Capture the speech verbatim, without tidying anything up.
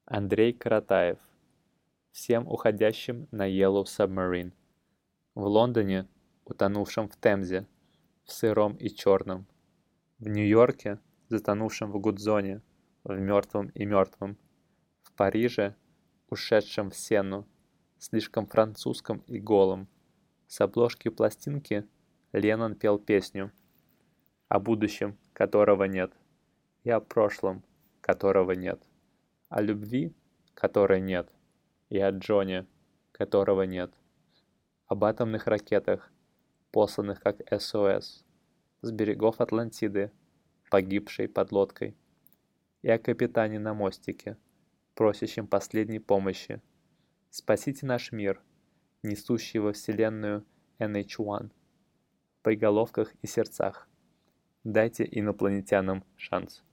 Андрей Каратаев. Всем уходящим на Yellow Submarine. В Лондоне, утонувшем в Темзе, в сыром и черном. В Нью-Йорке, затонувшем в Гудзоне, в мертвом и мертвом. В Париже, ушедшем в Сенну, слишком французском и голом. С обложки пластинки Леннон пел песню о будущем, которого нет, и о прошлом, которого нет, о любви, которой нет, и о Джоне, которого нет, об атомных ракетах, посланных как эс о эс с берегов Атлантиды, погибшей под лодкой, и о капитане на мостике, просящем последней помощи. Спасите наш мир, несущий во Вселенную эн эйч один, в приголовках и сердцах. Дайте инопланетянам шанс.